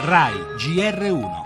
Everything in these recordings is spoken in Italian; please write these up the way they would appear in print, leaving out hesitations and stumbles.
RAI GR1.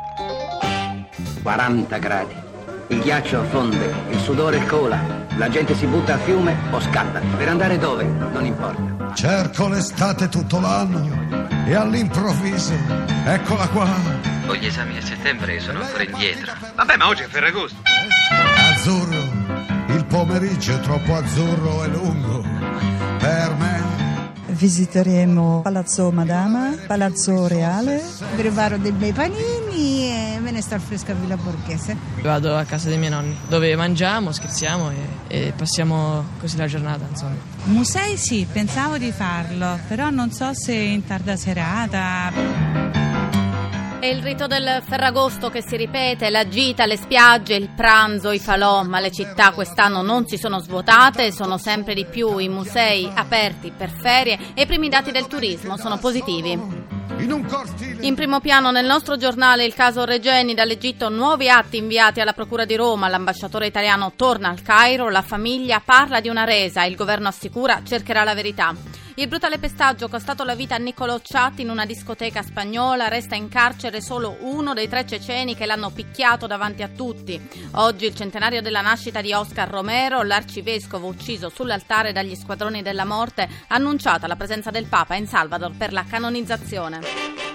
40 gradi, il ghiaccio fonde, il sudore cola, la gente si butta al fiume o scappa. Per andare dove? Non importa. Cerco l'estate tutto l'anno e all'improvviso, eccola qua. Ho gli esami a settembre, sono ancora indietro. Vabbè, ma oggi è Ferragosto. Azzurro, il pomeriggio è troppo azzurro e lungo per me. Visiteremo Palazzo Madama, Palazzo Reale. Preparo dei bei panini e me ne sto al fresco a Villa Borghese. Vado a casa dei miei nonni, dove mangiamo, scherziamo e passiamo così la giornata, insomma. Musei sì, pensavo di farlo, però non so se in tarda serata. È il rito del Ferragosto che si ripete, la gita, le spiagge, il pranzo, i falò, ma le città quest'anno non si sono svuotate, sono sempre di più i musei aperti per ferie e i primi dati del turismo sono positivi. In primo piano nel nostro giornale il caso Regeni dall'Egitto, nuovi atti inviati alla Procura di Roma, l'ambasciatore italiano torna al Cairo, la famiglia parla di una resa, il governo assicura cercherà la verità. Il brutale pestaggio costato la vita a Niccolò Ciatti in una discoteca spagnola, resta in carcere solo uno dei 3 ceceni che l'hanno picchiato davanti a tutti. Oggi il centenario della nascita di Oscar Romero, l'arcivescovo ucciso sull'altare dagli squadroni della morte, ha annunciato la presenza del Papa in Salvador per la canonizzazione.